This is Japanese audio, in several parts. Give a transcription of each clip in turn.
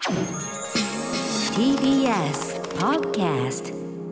TBS Podcast。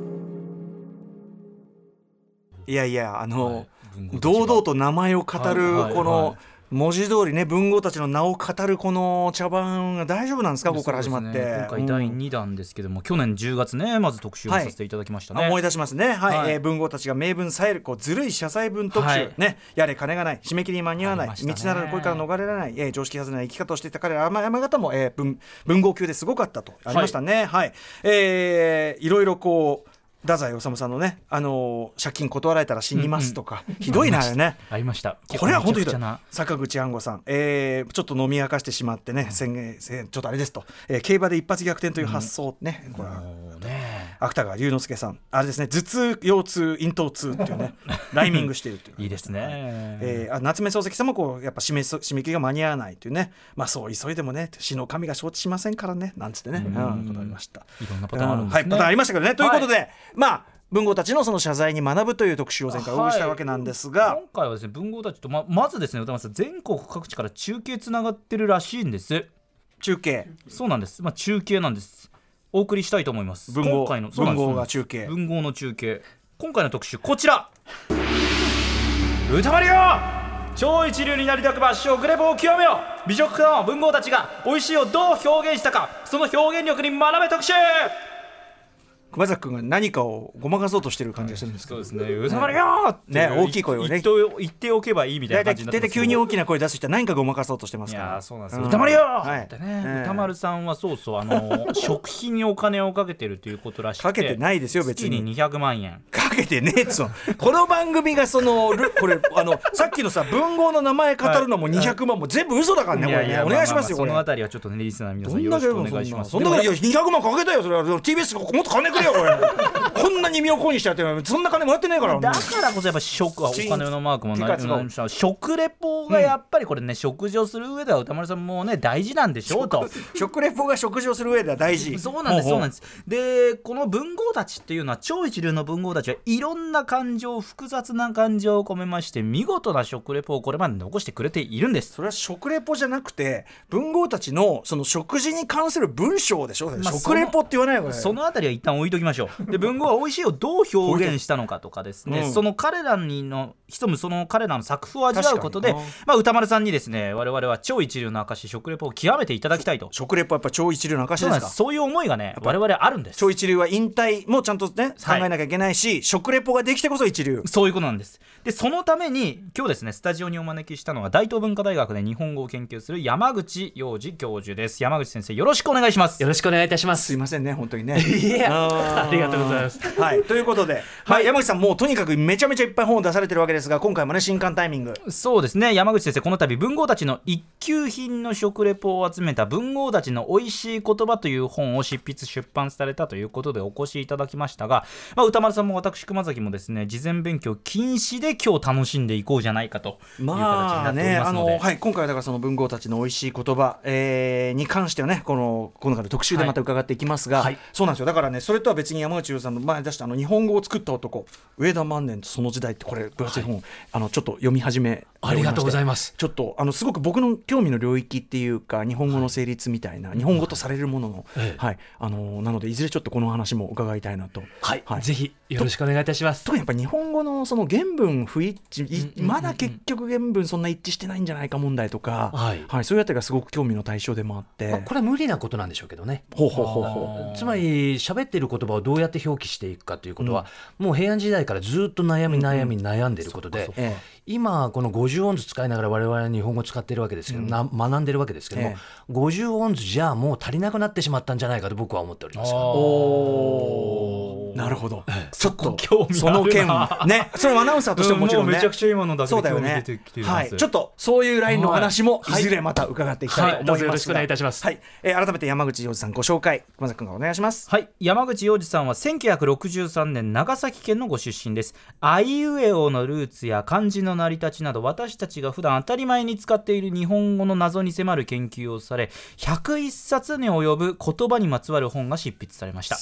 いやいや堂々と名前を語るこの文字通りね、文豪たちの名を語るこの茶番が大丈夫なんですか、ここから始まって、 今回第2弾ですけども、去年10月ねまず特集をさせていただきましたね、 思い出しますね、文豪たちが名文冴えるずるい謝罪文特集、やれ金がない、締め切りに間に合わない、道ならぬ声から逃れられない、常識外れない生き方をしていた彼ら山形も、文豪級ですごかったとありましたね。いろいろこう太宰治さんのね、借金断られたら死にますとか、ひどいなあれね、 ありました。 これは本当にひどい。坂口安吾さん、ちょっと飲み明かしてしまってね、ちょっとあれですと、競馬で一発逆転という発想ね、これは芥川龍之介さん、あれですね、頭痛腰痛咽頭痛っていうねライミングしているといういいですね。 夏目漱石さんもこうやっぱ締め切りが間に合わないというね、そう急いでもね死の神が承知しませんからねなんつってね、ことありました。 いろんなパターンあるんですね。 パターンありましたけどね、ということで、文豪たちのその謝罪に学ぶという特集を前回お送りしたわけなんですが、 今回はですね、文豪たちと まずですね、歌丸さん、全国各地から中継つながってるらしいんです。 中継、 そうなんです、中継なんです。お送りしたいと思います。 文豪が中継、 文豪の中継、今回の特集こちら。歌丸よ、超一流になりたくば食レポを極めよ、美食家の文豪たちが美味しいをどう表現したか、その表現力に学べ特集。 熊崎君が何かをごまかそうとしてる感じがするんですけど、 そうですね、歌丸よって大きい声をね言っておけばいいみたいな感じになってます。 急に大きな声出す人は何かごまかそうとしてますから。 いやそうなんですよ、歌丸よってね、歌丸さんはそう食費にお金をかけてるということらしくて、 かけてないですよ別に。 月に200万円かけてねえっつうのこの番組がこれさっきのさ文豪の名前語るのも200万も全部嘘だからね、これね、お願いしますよ。 そのあたりはちょっとね、リスナーの皆さんよろしくお願いします。 そんな200万かけたよ、それは TBS もっと金くれよこれこんなに身を粉にしちゃってそんな金もらってないから。 だからこそやっぱお金のマークもない食レポがやっぱりこれね、食事をする上では歌丸さんもね大事なんでしょうと。 食レポが食事をする上では大事。 そうなんです、そうなんです。でこの文豪たちっていうのは、超一流の文豪たちはいろんな感情、複雑な感情を込めまして見事な食レポをこれまで残してくれているんです。 それは食レポじゃなくて文豪たちのその食事に関する文章でしょ、食レポって言わないよ、 そのあたりは一旦置いときましょう。で文豪は美味しいをどう表現したのかとかですね、その彼らの潜むその彼らの作風を味わうことで、歌丸さんにですね、我々は超一流の証食レポを極めていただきたいと。 食レポはやっぱ超一流の証ですか。 そういう思いがね我々あるんです。 超一流は引退もちゃんとね考えなきゃいけないし、食レポができてこそ一流、 そういうことなんです。でそのために今日ですね、スタジオにお招きしたのは大東文化大学で日本語を研究する山口洋二教授です。山口先生、よろしくお願いします。 よろしくお願いいたします。 すいませんね本当にねいやありがとうございます。 ということで、山口さんもうとにかくめちゃめちゃいっぱい本を出されてるわけですが、今回もね新刊タイミング。 そうですね、山口先生、この度文豪たちの一級品の食レポを集めた文豪たちの美味しい言葉という本を執筆出版されたということでお越しいただきましたが、歌丸さんも私熊崎もですね、事前勉強禁止で今日楽しんでいこうじゃないかという形になっておりますので、 今回はだからその文豪たちの美味しい言葉、に関してはねこの特集でまた伺っていきますが、そうなんですよ。だからね、それとは別に山口洋さんの前出した日本語を作った男、上田万年とその時代って、これ分厚い本、ちょっと読み始め、 ありがとうございます。 ちょっとすごく僕の興味の領域っていうか、日本語の成立みたいな、日本語とされるものの、なのでいずれちょっとこの話も伺いたいなと、 ぜひよろしくお願いいたします。 特にやっぱ日本語のその原文不一致、まだ結局原文そんな一致してないんじゃないか問題とか、そういうあたりがすごく興味の対象でもあって、 これは無理なことなんでしょうけどね。つまり喋っている言葉をどうやって表記していくかということは、もう平安時代からずっと悩んでいることで、今この50音図使いながら我々は日本語を使っているわけですけど、学んでるわけですけども、50音図じゃもう足りなくなってしまったんじゃないかと僕は思っております。 なるほど、 ちょっと興味あるな、 その件ね、それはアナウンサーとしてももちろんね、 めちゃくちゃ今のだけで興味出てきています。 ちょっとそういうラインの話もいずれまた伺っていきたいと思いますが、 どうぞよろしくお願いいたします。 改めて山口洋二さんご紹介、熊崎君がお願いします。 山口洋二さんは1963年長崎県のご出身です。あいうえおのルーツや漢字の成り立ちなど、私たちが普段当たり前に使っている日本語の謎に迫る研究をされ、101冊に及ぶ言葉にまつわる本が執筆されました。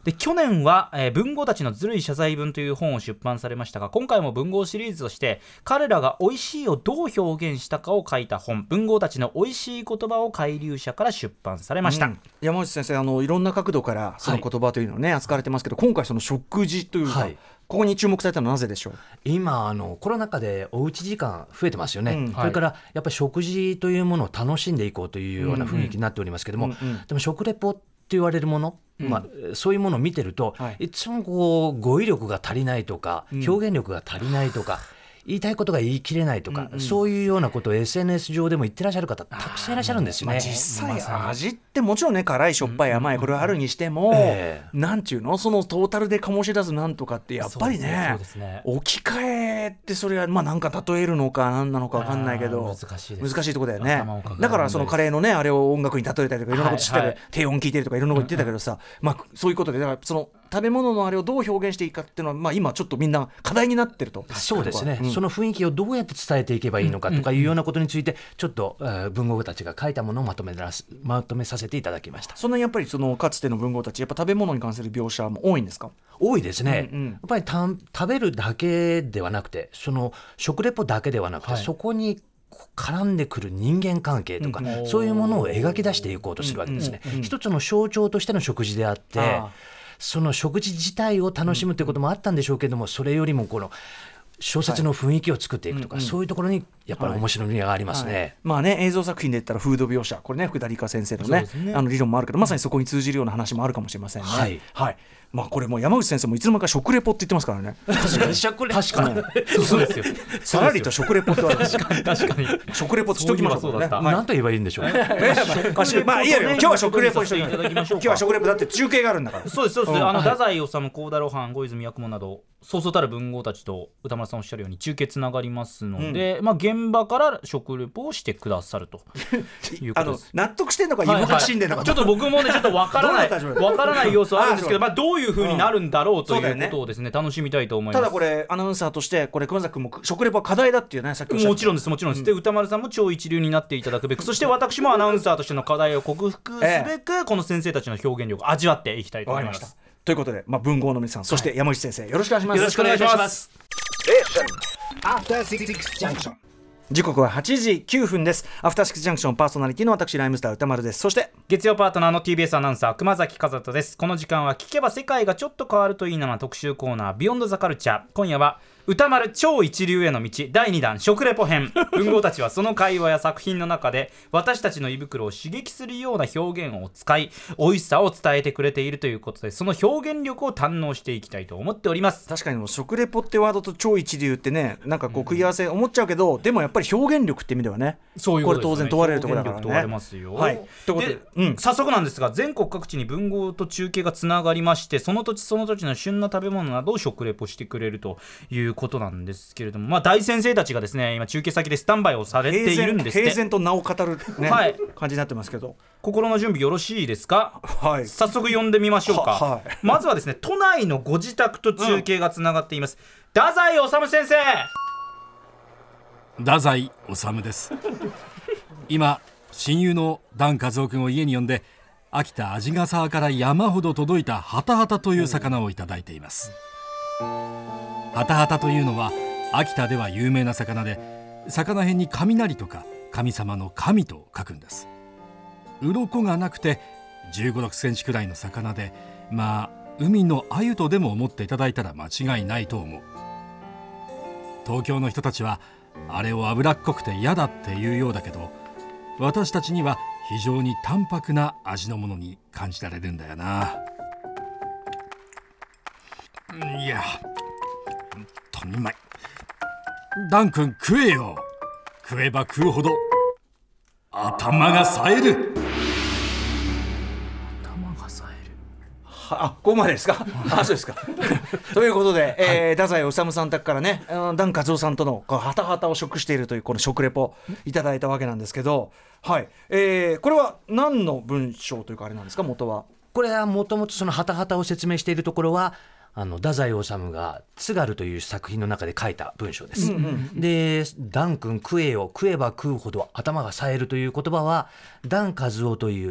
で去年は、文豪たちのずるい謝罪文という本を出版されましたが、今回も文豪シリーズとして彼らが美味しいをどう表現したかを書いた本、文豪たちの美味しい言葉を海流社から出版されました。 山内先生、いろんな角度からその言葉というのをね、扱われてますけど、今回その食事というか、ここに注目されたのはなぜでしょう。 今コロナ禍でおうち時間増えてますよね、それからやっぱり食事というものを楽しんでいこうというような雰囲気になっておりますけども、でも食レポって言われるもの、そういうものを見てると、いつも語彙力が足りないとか、表現力が足りないとか、言いたいことが言い切れないとか、そういうようなことを SNS 上でも言ってらっしゃる方たくさんいらっしゃるんですよね。 実際味ってもちろんね、辛いしょっぱい甘いこれはあるにしても、なんていうの、そのトータルで醸し出すなんとかってやっぱりね、置き換えってそれはなんか例えるのか何なのか分かんないけど難しいとこだよね。だからそのカレーのねあれを音楽に例えたりとかいろんなことしてて、低音聞いてるとかいろんなこと言ってたけどさ、そういうことでだからその食べ物のあれをどう表現していいかっていうのは、今ちょっとみんな課題になってると。 そうですね、その雰囲気をどうやって伝えていけばいいのかとかいうようなことについてちょっと文豪たちが書いたものをまとめさせていただきました。 そんなにやっぱりそのかつての文豪たちやっぱ食べ物に関する描写も多いんですか。 多いですね、やっぱり食べるだけではなくて、その食レポだけではなくて、そこに絡んでくる人間関係とか、そういうものを描き出していこうとするわけですね。一つの象徴としての食事であって、その食事自体を楽しむということもあったんでしょうけども、それよりもこの小説の雰囲気を作っていくとか、そういうところにやっぱり面白みがありますね。 映像作品で言ったらフード描写、これね福田理香先生のね理論もあるけど、まさにそこに通じるような話もあるかもしれませんね。これもう山口先生もいつの間にか食レポって言ってますからね。 確かにそうですよ。 さらりと食レポって言われて確かに食レポってしときましょうね。 何と言えばいいんでしょう。 いや今日は食レポしていただきましょう。今日は食レポだって中継があるんだから。 そうです。太宰治、幸田露伴、小泉八雲などそうそうたる文豪たちと歌丸さんおっしゃるように中継つながりますので、現場から食レポをしてくださるということです。 納得してんのかいぶかしんでんのか、 ちょっと僕もねちょっとわからない要素はあるんですけど、どういう風になるんだろうということをですね楽しみたいと思います。 ただこれアナウンサーとしてこれ熊崎君も食レポは課題だっていうね、さっきおっしゃった。 もちろんです。で歌丸さんも超一流になっていただくべく、そして私もアナウンサーとしての課題を克服すべく、この先生たちの表現力を味わっていきたいと思います。 ということで、文豪の皆さん、そして山口先生、よろしくお願いします。 よろしくお願いします。 時刻は8時9分です。アフターシックスジャンクションパーソナリティの私ライムスター歌丸です。そして月曜パートナーの TBS アナウンサー熊崎和人です。この時間は聞けば世界がちょっと変わるといいな特集コーナービヨンドザカルチャー。今夜は歌丸超一流への道第2弾食レポ編。文豪たちはその会話や作品の中で私たちの胃袋を刺激するような表現を使い、美味しさを伝えてくれているということで、その表現力を堪能していきたいと思っております。 確かに食レポってワードと超一流ってね、なんか組み合わせ思っちゃうけど、でもやっぱり表現力って意味ではね、 そういうことですね。 これ当然問われるところだからね。 問われますよ。 ということで、 早速なんですが、全国各地に文豪と中継がつながりまして、その土地その土地の旬な食べ物などを食レポしてくれるということなんですけれども、大先生たちがですね今中継先でスタンバイをされているんですって。 平然と名を語る、感じになってますけど、 心の準備よろしいですか。早速呼んでみましょうか。まずはですね都内のご自宅と中継がつながっています。太宰治先生。 太宰治です。今親友の段和夫君を家に呼んで、秋田鰺ヶ沢から山ほど届いたハタハタという魚をいただいています。ハタハタというのは秋田では有名な魚で、魚辺に雷とか神様の神と書くんです。鱗がなくて15、6センチくらいの魚で、海の鮎とでも思っていただいたら間違いないと思う。東京の人たちはあれを脂っこくて嫌だって言うようだけど、私たちには非常に淡白な味のものに感じられるんだよな。いや本当にうまい。ダン君食えよ。食えば食うほど頭が冴える。 ここまでですか。そうですか。ということで、太宰治さん宅からね段和夫さんとのハタハタを食しているというこの食レポいただいたわけなんですけど、これは何の文章というかあれなんですか。元はこれはもともとそのハタハタを説明しているところは太宰治が津軽という作品の中で書いた文章です。でダン君食えよ。食えば食うほど頭が冴えるという言葉は段和夫という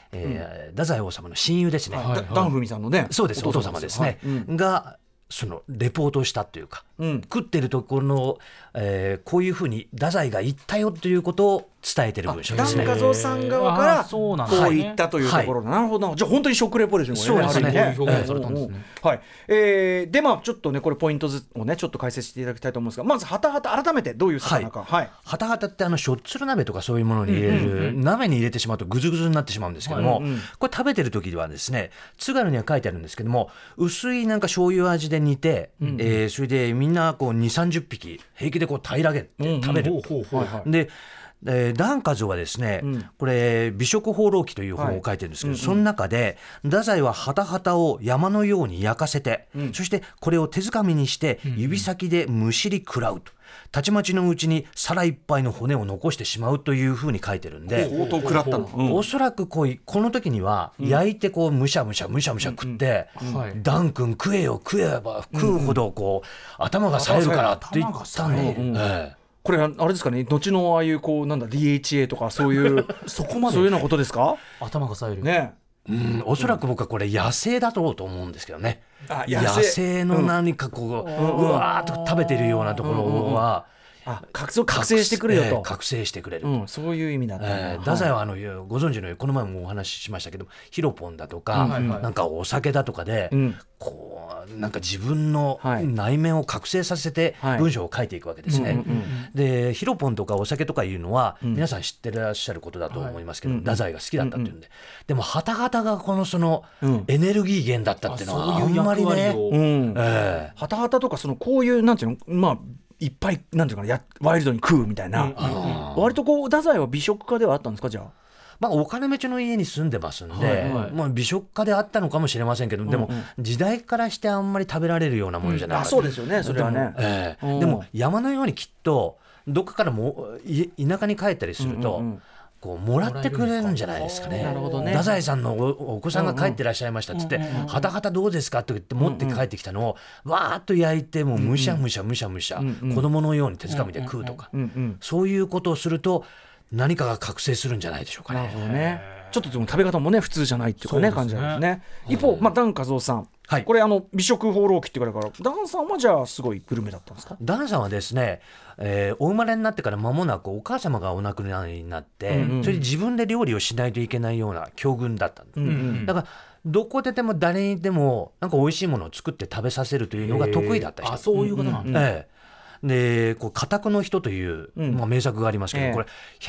太宰治の親友ですね、 ダンフミさんのね、 そうです、お父様ですね、がそのレポートをしたというか、食ってるところの、こういうふうに太宰が言ったよということを伝えてる文章ですね。 段和夫さん側からこう言ったというところ、なるほど、じゃあ本当に食レポですね。 そうですね。 表現されたんですね。 はい。でちょっとねこれポイントをねちょっと解説していただきたいと思うんですが、まずハタハタ改めてどういう魚か。 ハタハタってしょっつる鍋とかそういうものに入れる、鍋に入れてしまうとグズグズになってしまうんですけども、これ食べてる時はですね、津軽には書いてあるんですけども、薄いなんか醤油味で煮て、それでみんなこう2、30匹平気でこう平らげて食べる。で段和夫はですね、これ美食放浪記という本を書いてるんですけど、その中で太宰はハタハタを山のように焼かせて、そしてこれを手づかみにして指先でむしり食らうと、たちまちのうちに皿いっぱいの骨を残してしまうというふうに書いてるんで、 相当食らったの、 おそらくこの時には焼いてこうむしゃむしゃ食って、ダン君食えよ食えば食うほどこう、頭が冴えるからって言ったの。 これあれですかね、後のああいうこうなんだ DHA とかそういうそこまでそういうようなことですか。 頭が冴えるね。 おそらく僕はこれ野生だろうと思うんですけどね。 野生の何かこう、うわーっと食べてるようなところは、 覚醒してくれよと、 覚醒してくれる、 そういう意味だった、 太宰はご存知のようにこの前もお話ししましたけど、ヒロポンだとか、なんかお酒だとかで、こうなんか自分の内面を覚醒させて文章を書いていくわけですね。でヒロポンとかお酒とかいうのは皆さん知ってらっしゃることだと思いますけど、太宰が好きだったっていうんで、でもハタハタがそのエネルギー源だったっていうのはあんまりね、 ハタハタとかこういうなんていうの、いっぱいなんていうかな、ワイルドに食うみたいな、割とこう太宰は美食家ではあったんですか。じゃあお金持ちの家に住んでますんで、美食家であったのかもしれませんけど、でも時代からしてあんまり食べられるようなものじゃない、 そうですよね、それはね。 でも山のようにきっとどっかからも田舎に帰ったりすると、こうもらってくれるんじゃないですかね。 なるほどね。 太宰さんの お子さんが帰ってらっしゃいましたっつって、ハタハタどうですかって言って持って帰ってきたのをわーっと焼いて、もうむしゃむしゃ子供のように手づかみで食うとか、そういうことをすると何かが覚醒するんじゃないでしょうかね。 なるほどね。ちょっとでも食べ方もね普通じゃないっていうかね、感じなんですね。一方段和夫さん、これ美食放浪記って言われるから、ダンさんはじゃあすごいグルメだったんですか。 ダンさんはですね、お生まれになってから間もなくお母様がお亡くなりになって、それで自分で料理をしないといけないような境遇だったんです、だからどこででも誰にでもなんか美味しいものを作って食べさせるというのが得意だった人。 そういうことなんですね。 で家宅の人という、名作がありますけど、これ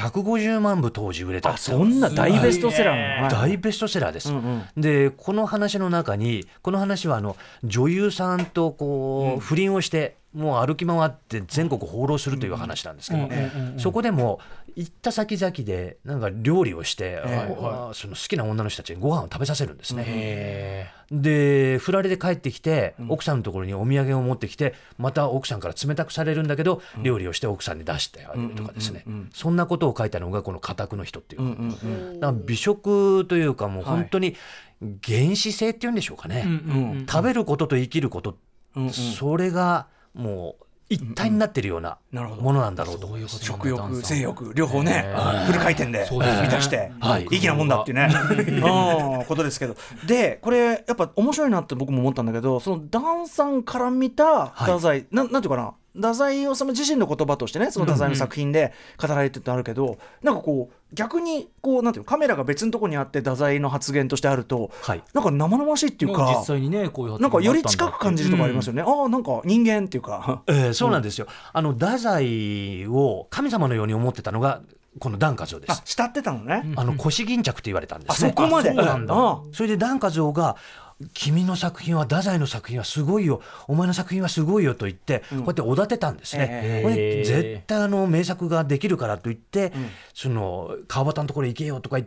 150万部当時売れた。 そんな大ベストセラーの、 大ベストセラーです、でこの話の中に、この話は女優さんとこう、不倫をしてもう歩き回って全国放浪するという話なんですけど、そこでも行った先々でなんか料理をして、その好きな女の人たちにご飯を食べさせるんですね。で振られて帰ってきて、奥さんのところにお土産を持ってきて、また奥さんから冷たくされるんだけど、料理をして奥さんに出してあげるとかですね、そんなことを書いたのがこの家宅の人っていう、だから美食というか、もう本当に原始性っていうんでしょうかね、食べることと生きること、それがもう一体になっているようなものなんだろうと思います。 食欲性欲両方ね、フル回転で満たして粋なもんだっていうねことですけど、でこれやっぱ面白いなって僕も思ったんだけど、そのダンさんから見た太宰、なんていうかな、太宰治自身の言葉としてね、その太宰の作品で語られてってあるけど、なんかこう逆にこうなんていうカメラが別のところにあって太宰の発言としてあると、なんか生々しいっていうか、 実際にねこういう発言なんかより近く感じるところありますよね。なんか人間っていうか、 そうなんですよ。太宰を神様のように思ってたのがこの段和夫です。 慕ってたのね。 腰巾着って言われたんですね。 そこまで。 それで段和夫が君の作品は、太宰の作品はすごいよ、お前の作品はすごいよと言って、こうやっておだてたんですね。これ絶対名作ができるからと言って、その川端のところへ行けよとか言って、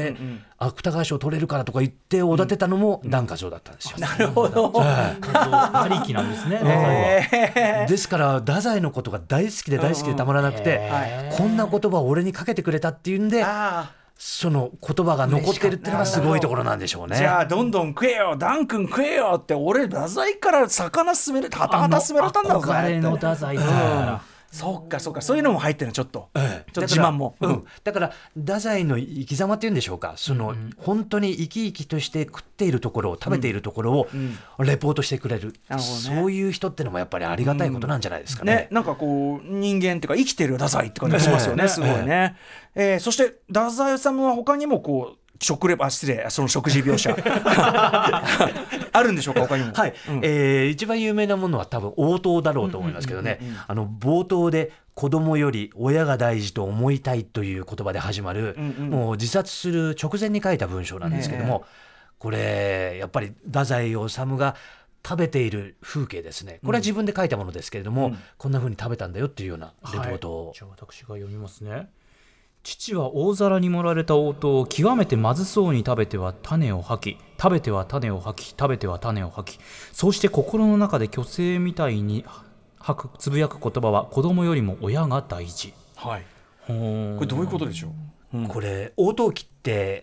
芥川賞取れるからとか言っておだてたのも段和夫だったんですよ。 なるほど。 ありきなんですね、太宰は。 ですから太宰のことが大好きで大好きでたまらなくて、こんな言葉を俺にかけてくれたっていうんで、その言葉が残ってるっていうのがすごいところなんでしょうね。 じゃあどんどん食えよ、ダン君食えよって、俺太宰から魚勧める、ハタハタ勧められたんだぞ。 憧れの太宰さん。 そうかそういうのも入ってるのちょっと自慢も、 だから太宰の生き様っていうんでしょうか、本当に生き生きとして食っているところを食べているところをレポートしてくれる、そういう人ってのもやっぱりありがたいことなんじゃないですかね。 なんかこう人間っていうか生きてる太宰って感じがしますよね、すごいね。そして太宰治は他にもこう食事描写あるんでしょうか、他にも。 一番有名なものは多分応答だろうと思いますけどね、冒頭で子供より親が大事と思いたいという言葉で始まる、もう自殺する直前に書いた文章なんですけども、これやっぱり太宰治が食べている風景ですね。これは自分で書いたものですけれども、こんな風に食べたんだよっていうようなレポートを、 じゃあ私が読みますね。父は大皿に盛られた応答を極めてまずそうに食べては種を吐き、食べては種を吐き、食べては種を吐き、そうして心の中で虚勢みたいにつぶやく言葉は子供よりも親が大事。 これどういうことでしょう。 これ応答記って、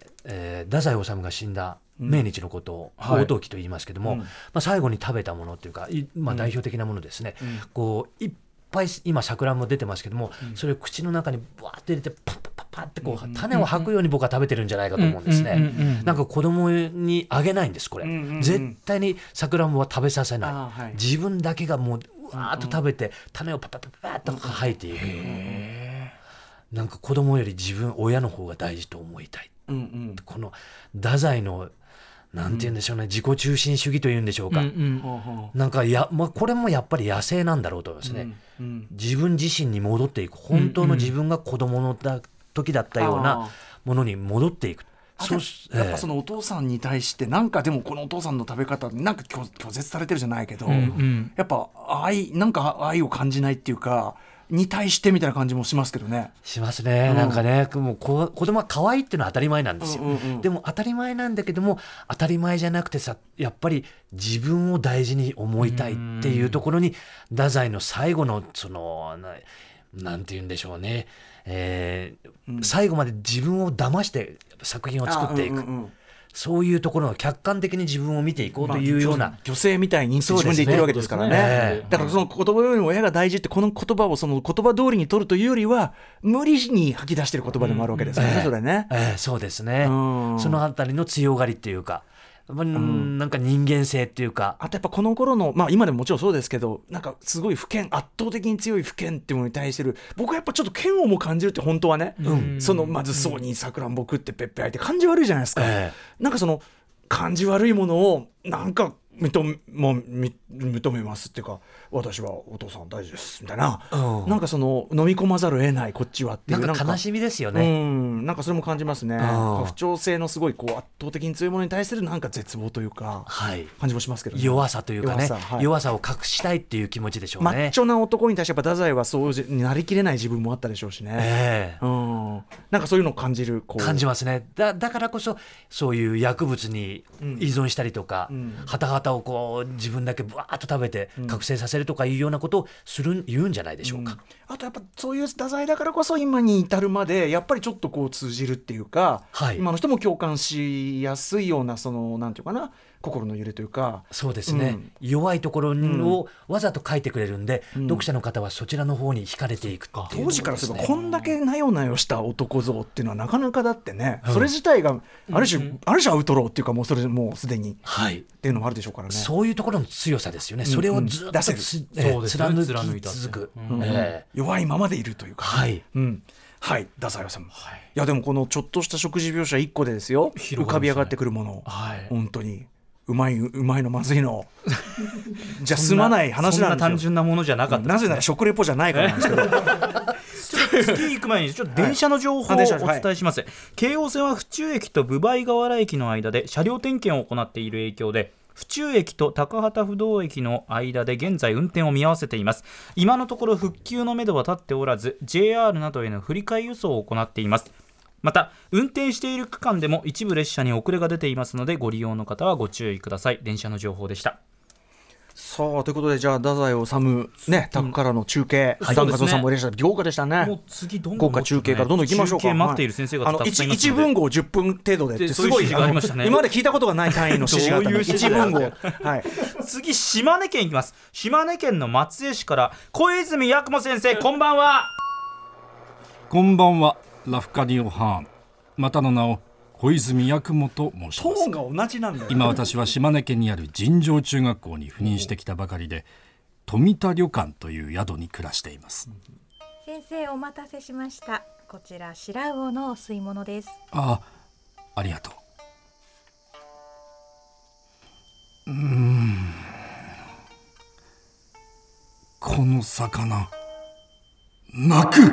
太宰治が死んだ命日のことを応答記と言いますけども、最後に食べたものというか、代表的なものですね。こういっぱい今桜も出てますけども、それを口の中にバーッと入れてパッパッパッパッってこう種を吐くように僕は食べてるんじゃないかと思うんですね。なんか子供にあげないんですこれ、絶対に桜もは食べさせない、自分だけがもうわーっと食べて種をパッパッパッパッと吐いていくような、なんか子供より親の方が大事と思いたい、この太宰のなんて言うんでしょうね、自己中心主義というんでしょうか、なんかこれもやっぱり野生なんだろうと思いますね。自分自身に戻っていく、本当の自分が子供の時だったようなものに戻っていく。 やっぱそのお父さんに対してなんかでもこのお父さんの食べ方なんか拒絶されてるじゃないけど、やっぱなんか愛を感じないっていうかに対してみたいな感じもしますけどね。 しますね、なんかね、もう子供は可愛いっていうのは当たり前なんですよ、でも当たり前なんだけども当たり前じゃなくてさ、やっぱり自分を大事に思いたいっていうところに太宰の最後のなんて言うんでしょうね、最後まで自分を騙して作品を作っていく、そういうところの客観的に自分を見ていこうというような、 女性みたいに自分で言ってるわけですからね。だからその言葉よりも親が大事ってこの言葉をその言葉通りに取るというよりは無理に吐き出してる言葉でもあるわけですよね、それね。 そうですね、そのあたりの強がりっていうか、なんか人間性っていうか、 あとやっぱこの頃の、今でももちろんそうですけど、なんかすごい圧倒的に強い不権っていうものに対してる、僕はやっぱちょっと嫌悪も感じるって本当はね、そのまずそうにさくらんぼ食ってペッペ焼いて感じ悪いじゃないですか、なんかその感じ悪いものをなんか認めますっていうか、私はお父さん大事ですみたいな、なんかその飲み込まざるを得ないこっちはっていう、 なんか悲しみですよね。 なんかそれも感じますね。不調性のすごいこう圧倒的に強いものに対するなんか絶望というか、感じもしますけどね。 弱さというかね、弱さを隠したいっていう気持ちでしょうね。 マッチョな男に対してやっぱ太宰はそうになりきれない自分もあったでしょうしね、なんかそういうのを感じじますね。だからこそそういう薬物に依存したりとか、はたはたをこう自分だけブワーッと食べて覚醒させるとかいうようなことを言うんじゃないでしょうか、 あとやっぱそういう太宰だからこそ今に至るまでやっぱりちょっとこう通じるっていうか、今の人も共感しやすいようなそのなんていうかな、心の揺れというか、 そうですね、弱いところをわざと書いてくれるんで、読者の方はそちらの方に惹かれていくっていう、 当時からすればこんだけなよなよした男像っていうのはなかなかだってね、それ自体がある種アウトローっていうか、もうそれもうすでに、っていうのもあるでしょうからね。 そういうところの強さですよね、それをずっと貫き続く、 弱いままでいるというか、太宰治、いやでもこのちょっとした食事描写1個でですよ、浮かび上がってくるもの、本当にうまいのまずいのじゃ済まない話なんですよ。 そんな単純なものじゃなかった、 なぜなら食レポじゃないからなんですけど次行く前にちょっと電車の情報をお伝えします、京王線は府中駅と分倍河原駅の間で車両点検を行っている影響で、府中駅と高幡不動駅の間で現在運転を見合わせています。今のところ復旧のめどは立っておらず、 JR などへの振り替え輸送を行っています。また運転している区間でも一部列車に遅れが出ていますので、ご利用の方はご注意ください。電車の情報でした。 さあということでじゃあ太宰治ねタクからの中継、段和さんもいらっしゃって豪華でしたね。 もう次どんどん豪華中継からどんどん行きましょうか。 中継待っている先生がたくさんいますので、 1分号10分程度でってすごい時間ありましたね。 今まで聞いたことがない単位の指示があったの1分号、はい、 次島根県行きます。島根県の松江市から小泉八雲先生、こんばんは。 こんばんは。ラフカディオ・ハーン、またの名を小泉八雲と申します。 トーンが同じなんだよ。 今私は島根県にある尋常中学校に赴任してきたばかりで、富田旅館という宿に暮らしています。 先生お待たせしました。こちら白魚のお吸い物です。 ありがとう。この魚泣く。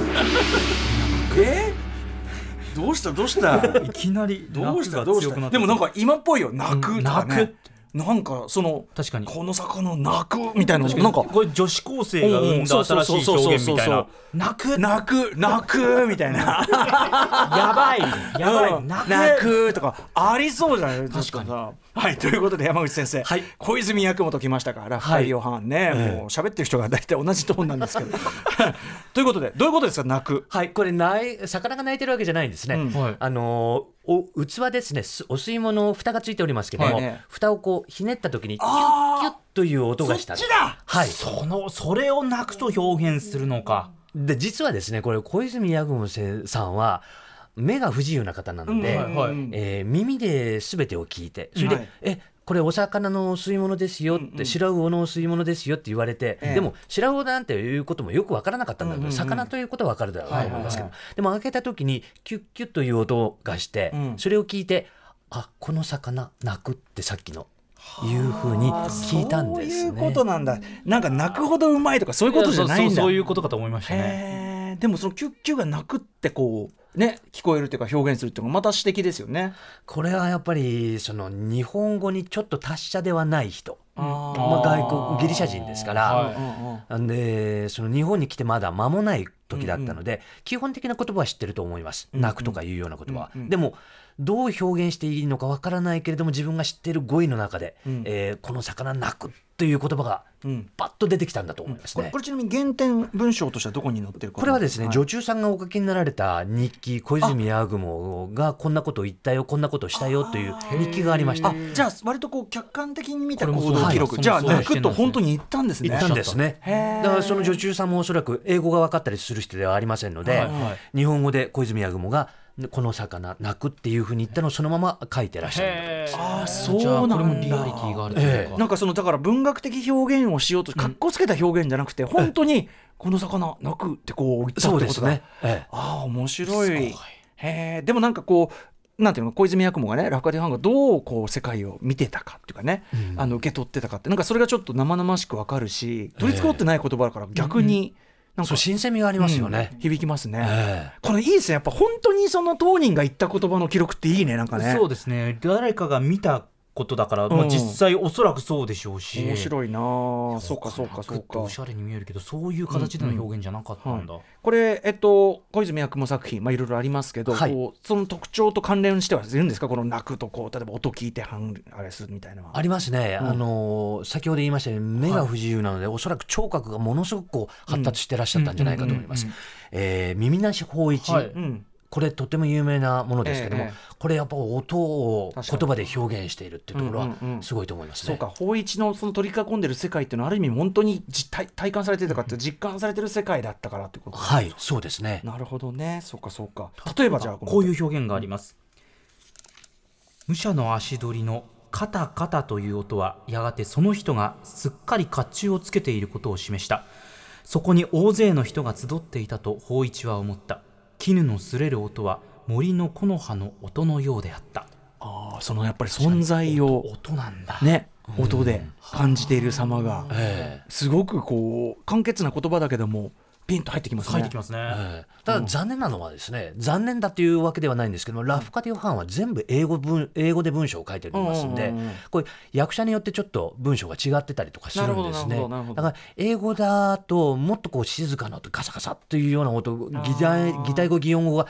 どうしたいきなりどうしたでもなんか今っぽいよ、泣くとかね。なんかその確かにこの魚泣くみたいな、なんかこれ女子高生が生んだ新しい表現みたいな、泣くみたいなやばい泣くとかありそうじゃない。確かに。はい、ということで山口先生、はい、小泉八雲ときましたからラフカディオ・ハーンね、もう喋ってる人が大体同じトーンなんですけどということでどういうことですか泣く。 はい、これ魚が鳴いてるわけじゃないんですね、器ですね、お吸い物蓋がついておりますけども、蓋をこうひねった時にキュッキュッという音がした。 そっちだ。 はい、 それを泣くと表現するのか。 で実はですね、これ小泉八雲さんは目が不自由な方なので、耳で全てを聞いて、それで、これお魚のお吸い物ですよって、白魚のお吸い物ですよって言われて、でも白魚なんていうこともよく分からなかったんだけど、魚ということは分かるだろうと思いますけど、でも開けた時にキュッキュッという音がして、それを聞いて、この魚鳴くってさっきのいう風に聞いたんですね。 そういうことなんだ。なんか泣くほどうまいとかそういうことじゃないんだ。 そういうことかと思いましたね。 でもそのキュッキュが泣くってこうね聞こえるというか表現するっていうのがまた詩的ですよね。 これはやっぱりその日本語にちょっと達者ではない人、外国ギリシャ人ですから、でその日本に来てまだ間もない時だったので、基本的な言葉は知ってると思います。泣くとかいうような言葉は、でもどう表現していいのかわからないけれども、自分が知っている語彙の中で、この魚泣くという言葉がパッと出てきたんだと思いますね。 これちなみに原点文章としてはどこに載ってるか。 これはですね、女中さんがお書きになられた日記、小泉八雲がこんなことを言ったよ、こんなことをしたよという日記がありました。 じゃあ割とこう客観的に見た行動記録、じゃあ泣くと本当に言ったんですね。 言ったんですね。だからその女中さんもおそらく英語が分かったりする人ではありませんので、日本語で小泉八雲がこの魚泣くっていう風に言ったのをそのまま書いてらっしゃる。 そうなんだ。 これもリアリティがあるというか、 なんかそのだから文学的表現をしようとかっこつけた表現じゃなくて、本当にこの魚泣くってこう言ったってことだ。そうですね。面白い。でもなんかこうなんていうの、小泉八雲がね、ラフカディオ・ハーンがどうこう世界を見てたかっていうかね、受け取ってたかって、なんかそれがちょっと生々しくわかるし、取り繕ってない言葉だから逆になんか新鮮味がありますよね。 響きますね。これいいですね。やっぱ本当にその当人が言った言葉の記録っていいね。なんかね。 そうですね。誰かが見たことだから、実際おそらくそうでしょうし。 面白いな。そうか。 おしゃれに見えるけど、そういう形での表現じゃなかったんだ。 これ小泉八雲作品、いろいろありますけど、こうその特徴と関連してはいるんですか。この泣くとこう例えば音聞いてあれするみたいなのは。 ありますね。先ほど言いましたように目が不自由なので、おそらく聴覚がものすごくこう発達してらっしゃったんじゃないかと思います。耳なし芳一、これとても有名なものですけども、これやっぱ音を言葉で表現しているっていうところはすごいと思いますね。 そうか、芳一のその取り囲んでる世界っていうのはある意味本当に体感されてるかって実感されてる世界だったからってことですか。 はい、そうですね。 なるほどね。そうか。例えばじゃあこういう表現があります。武者の足取りのカタカタという音は、やがてその人がすっかり甲冑をつけていることを示した。そこに大勢の人が集っていたと芳一は思った。絹の擦れる音は森の木の葉の音のようであった。 そのやっぱり存在を音なんだね、音で感じている様がすごくこう簡潔な言葉だけどもピンと入ってきますね。 入ってきますね。 ただ残念なのはですね、残念だというわけではないんですけども、ラフカディオ・ハーンは全部英語で文章を書いておりますんで、これ役者によってちょっと文章が違ってたりとかするんですね。だから英語だともっとこう静かな音、ガサガサというような音、擬態語擬音語が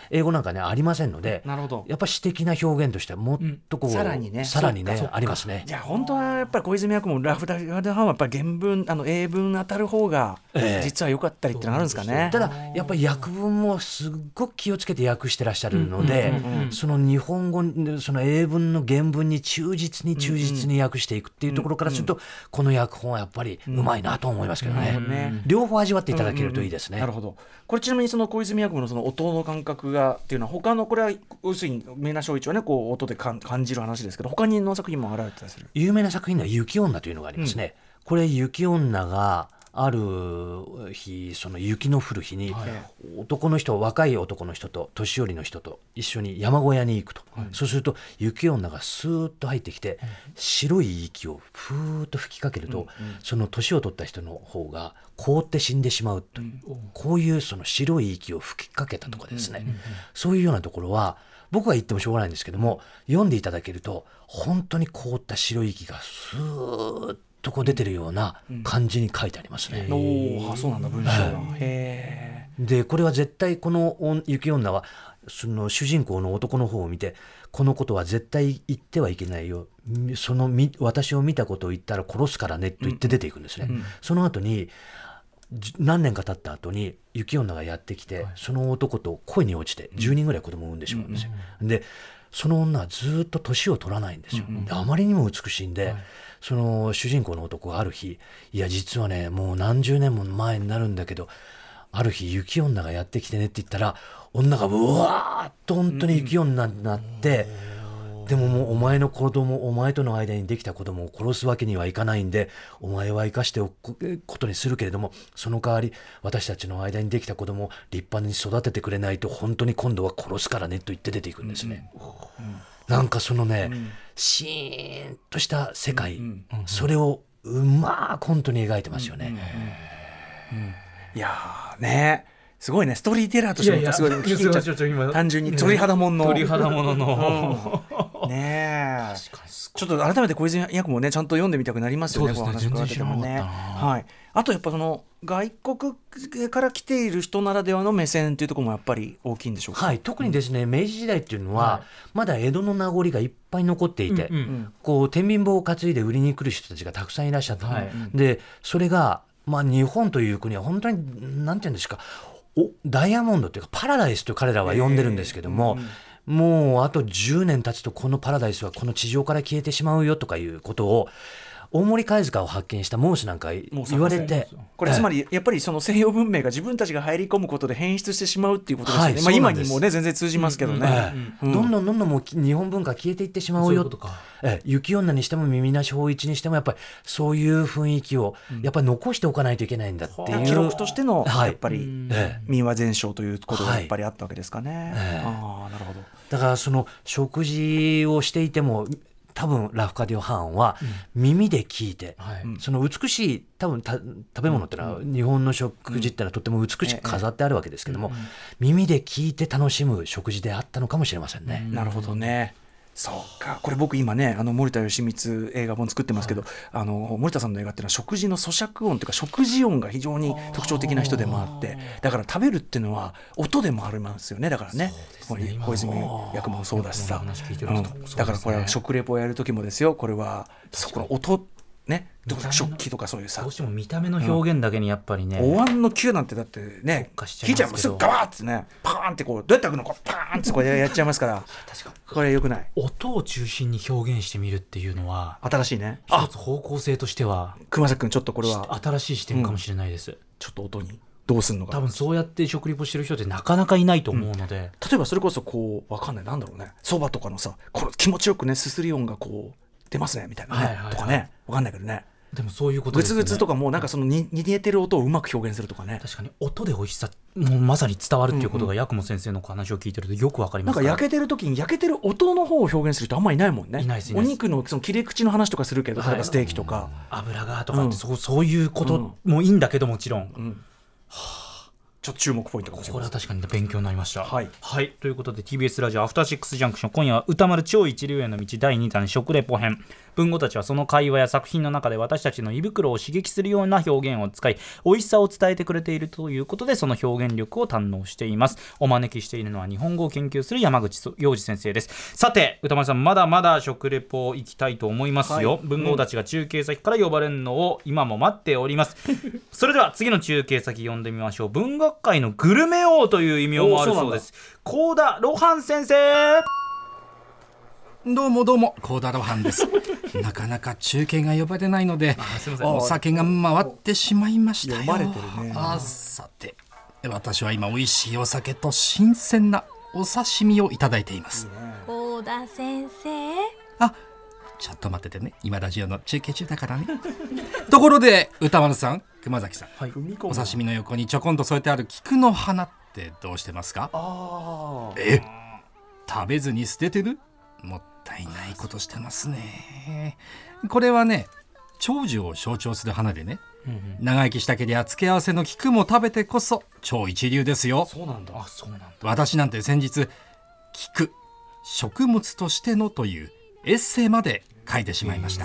英語なんかねありませんので、 なるほど。 やっぱ詩的な表現としてはもっとこう、 さらにねありますね。 じゃあ本当はやっぱり小泉役もラフダーハンはやっぱり原文英文当たる方が実は良かったりってのがあるんですかね。 ただやっぱり訳文もすっごく気をつけて訳してらっしゃるので、その日本語その英文の原文に忠実に訳していくっていうところからすると、この訳本はやっぱりうまいなと思いますけどね。両方味わっていただけるといいですね。 なるほど。これちなみにその小泉役のその音の感覚がっていうのは他のこれは要するに三浦翔一はねこう音で感じる話ですけど、他の作品もあられたりする。 有名な作品では雪女というのがありますね。これ雪女がある日その雪の降る日に男の人、若い男の人と年寄りの人と一緒に山小屋に行くと、そうすると雪女がスーッと入ってきて白い息をふーっと吹きかけると、その年を取った人の方が凍って死んでしまうという、こういうその白い息を吹きかけたとかですね、そういうようなところは僕は言ってもしょうがないんですけども、読んでいただけると本当に凍った白い息がスーッとこう出てるような感じに書いてありますね。 そうなんだ、文章が。 でこれは絶対この雪女はその主人公の男の方を見て、このことは絶対言ってはいけないよ、私を見たことを言ったら殺すからねと言って出ていくんですね。その後に何年か経った後に雪女がやってきて、その男と恋に落ちて10人ぐらい子供を産んでしまうんですよ。でその女はずっと年を取らないんですよ。であまりにも美しいんで、その主人公の男がある日、いや実はねもう何十年も前になるんだけど、ある日雪女がやってきてねって言ったら、女がうわーっと本当に雪女になって、でももうお前の子供、お前との間にできた子供を殺すわけにはいかないんで、お前は生かしておくことにするけれども、その代わり私たちの間にできた子供を立派に育ててくれないと本当に今度は殺すからねと言って出ていくんですね。なんかそのね、シーンとした世界、それをうまく本当に描いてますよね。 いやーね、すごいね、ストーリーテラーとしてもすごい単純に鳥肌もんのねえ、ちょっと改めて小泉役もねちゃんと読んでみたくなりますよね。この話伺っててもね。はい。あとやっぱその外国から来ている人ならではの目線というところもやっぱり大きいんでしょうか。 はい、特にですね、明治時代っていうのは、まだ江戸の名残がいっぱい残っていて、こう天秤棒を担いで売りに来る人たちがたくさんいらっしゃった、でそれが日本という国は本当になんていうんですか、ダイヤモンドっていうかパラダイスと彼らは呼んでるんですけども、もうあと10年経つとこのパラダイスはこの地上から消えてしまうよとかいうことを大森貝塚を発見したモースなんか言われて、 これつまりやっぱりその西洋文明が自分たちが入り込むことで変質してしまうっていうことですよね。今にもね全然通じますけどね。 どんどんもう日本文化消えていってしまうよとか、雪女にしても耳なし芳一にしてもやっぱりそういう雰囲気をやっぱり残しておかないといけないんだっていう記録としてのやっぱり民話伝承ということがやっぱりあったわけですかね。なるほど。 だからその食事をしていても多分ラフカディオ・ハーンは耳で聞いて、その美しい多分食べ物ってのは、日本の食事ってのはとても美しく飾ってあるわけですけども、耳で聞いて楽しむ食事であったのかもしれませんね。 なるほどね。そうか。これ僕今ね森田義満映画本作ってますけど、森田さんの映画っていうのは食事の咀嚼音というか食事音が非常に特徴的な人でもあって、だから食べるっていうのは音でもありますよね。だからね小泉役もそうだしさ、だからこれは食レポをやる時もですよ、これはそこの音ね、食器とかそういうさ、 どうしても見た目の表現だけにやっぱりね、 お椀の球なんてだってね聞いちゃうもすぐガバーってねパーンってこうどうやって開くのかパーンってこうやっちゃいますから、確かこれ良くない。 音を中心に表現してみるっていうのは新しいね。 一つ方向性としては熊崎君ちょっとこれは新しい視点かもしれないです。 ちょっと音にどうするのか。 多分そうやって食リポしてる人ってなかなかいないと思うので、 例えばそれこそこう分かんない、なんだろうね、そばとかのさこの気持ちよくねすすり音がこう出ますねみたいなね、とかね分かんないけどね。 でもそういうことですよね。 グツグツとかもなんかその似てる音をうまく表現するとかね。 確かに音で美味しさもうまさに伝わるっていうことが、八雲先生の話を聞いてるとよくわかりますから。 なんか焼けてる時に焼けてる音の方を表現する人あんまりいないもんね。 いないです。 お肉のその切れ口の話とかするけど、例えばステーキとか、 油がとかって、そういうこともいいんだけどもちろん、 ちょっと注目ポイントかもしれこません。 れは確かに勉強になりました。 はい、 ということで TBS ラジオアフターシックスジャンクション、今夜は歌丸超一流への道第2弾食レポ編。文豪たちはその会話や作品の中で私たちの胃袋を刺激するような表現を使い、美味しさを伝えてくれているということで、その表現力を堪能しています。お招きしているのは日本語を研究する山口洋二先生です。さて歌丸さん、まだまだ食レポ行きたいと思いますよ。文豪たちが中継先から呼ばれるのを今も待っております。それでは次の中継先呼んでみましょう。文学界のグルメ王という異名もあるそうです。幸田露伴先生。 どうも幸田露伴です。なかなか中継が呼ばれないので、お酒が回ってしまいましたよ。 読まれてるね。 さて、私は今美味しいお酒と新鮮なお刺身をいただいています。 幸田先生、 ちょっと待っててね、今ラジオの中継中だからね。ところで歌丸さん、熊崎さん、お刺身の横にちょこんと添えてある菊の花ってどうしてますか？食べずに捨ててる？もったいないことしてますね。これはね、長寿を象徴する花でね、長生きしたけりゃ付け合わせの菊も食べてこそ超一流ですよ。 そうなんだ。 私なんて先日、菊食物としてのというエッセイまで書いてしまいました。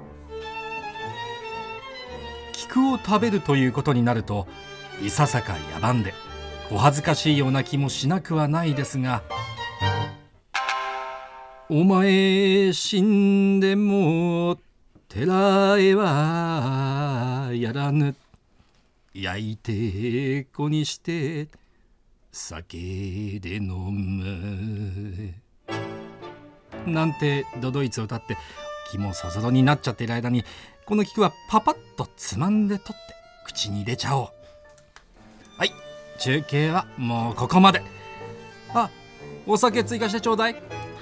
菊を食べるということになるといささか野蛮でお恥ずかしいような気もしなくはないですが、お前死んでも寺へはやらぬ、焼いて子にして酒で飲むなんてドドイツを歌って気もそぞろになっちゃっている間に、この菊はパパッとつまんで取って口に入れちゃおう。はい、中継はもうここまで。お酒追加してちょうだい。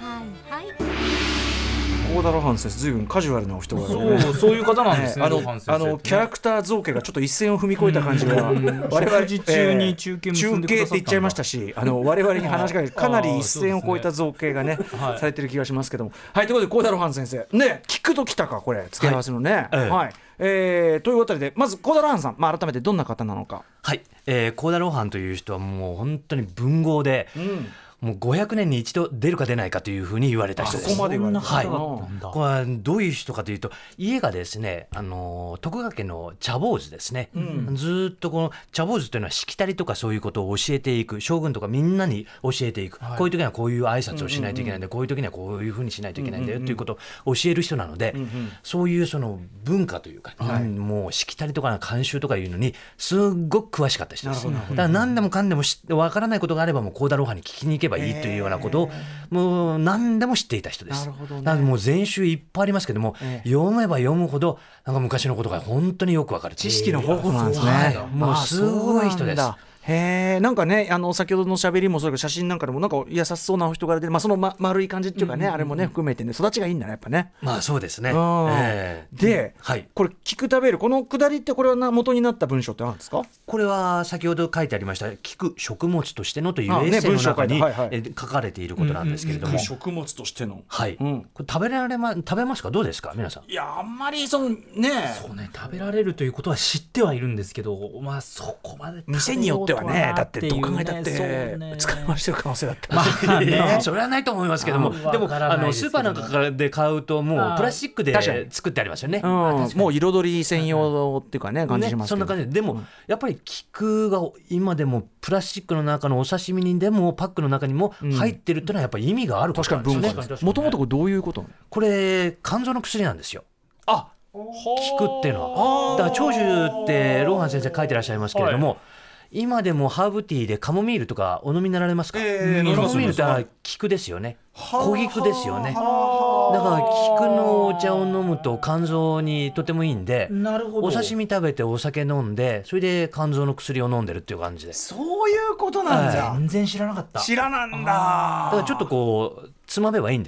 幸田露伴先生、ずいぶんカジュアルなお人柄でね。 そういう方なんですね。 キャラクター造形がちょっと一線を踏み越えた感じが、我々 食事中に中継結んでくださったんだ。 中継って言っちゃいましたし、我々に話しかけてかなり一線を越えた造形がねされてる気がしますけども。はい、ということで幸田露伴先生ね、聞くときたか、これ付け合わせのね。というあたりで、まず幸田露伴さん、改めてどんな方なのか。 はい、幸田露伴という人はもう本当に文豪で、もう500年に一度出るか出ないかというふうに言われた人です。 そこまで言われた。 はい、これはどういう人かというと、家がですね、徳川家の茶坊主ですね、ずっとこの茶坊主というのはしきたりとかそういうことを教えていく、将軍とかみんなに教えていく、こういう時にはこういう挨拶をしないといけないんで、こういう時にはこういうふうにしないといけないんだよということを教える人なので、そういうその文化というか、もうしきたりとか慣習とかいうのにすっごく詳しかった人です。だから何でもかんでも分からないことがあれば、もう幸田露伴に聞きに行けばいいというようなことをもう何でも知っていた人です。なのでもう全集いっぱいありますけども、読めば読むほどなんか昔のことが本当によくわかる。 知識の宝庫なんですね。 もうすごい人です。 へえ、なんかね、先ほどの喋りもそれから写真なんかでもなんか優しそうなお人柄で、その、丸い感じっていうかね、あれもね含めてね、育ちがいいんだね、やっぱね。 そうですね。 で、これ菊食べるこのくだりって、これは元になった文章って何ですか？ これは先ほど書いてありました菊食物としてのというエッセイの中に書かれていることなんですけれども、 食物としての、 これ食べますか？どうですか皆さん？ いや、あんまりそうね、 食べられるということは知ってはいるんですけど、そこまで店によってはね、だってどう考えたって使い回してる可能性だったら、 それはないと思いますけども、でもスーパーなんかで買うともうプラスチックで作ってありますよね。 もう彩り専用っていうかね、感じしますけど、 そんな感じで。でもやっぱり菊が今でもプラスチックの中のお刺身にでもパックの中にも入ってるっていうのはやっぱり意味があることなんですね。 もともとこれどういうこと？ これ肝臓の薬なんですよ。菊っていうのは。だから長寿って露伴先生書いてらっしゃいますけれども、今でもハーブティーでカモミールとかお飲みになられますか？カモミールって菊ですよね。小菊ですよね。だから菊のお茶を飲むと肝臓にとてもいいんで、お刺身食べてお酒飲んで、それで肝臓の薬を飲んでるっていう感じです。 そういうことなんだ。 全然知らなかった。 知らなんだ。だからちょっとこうつまめばいいんですよ。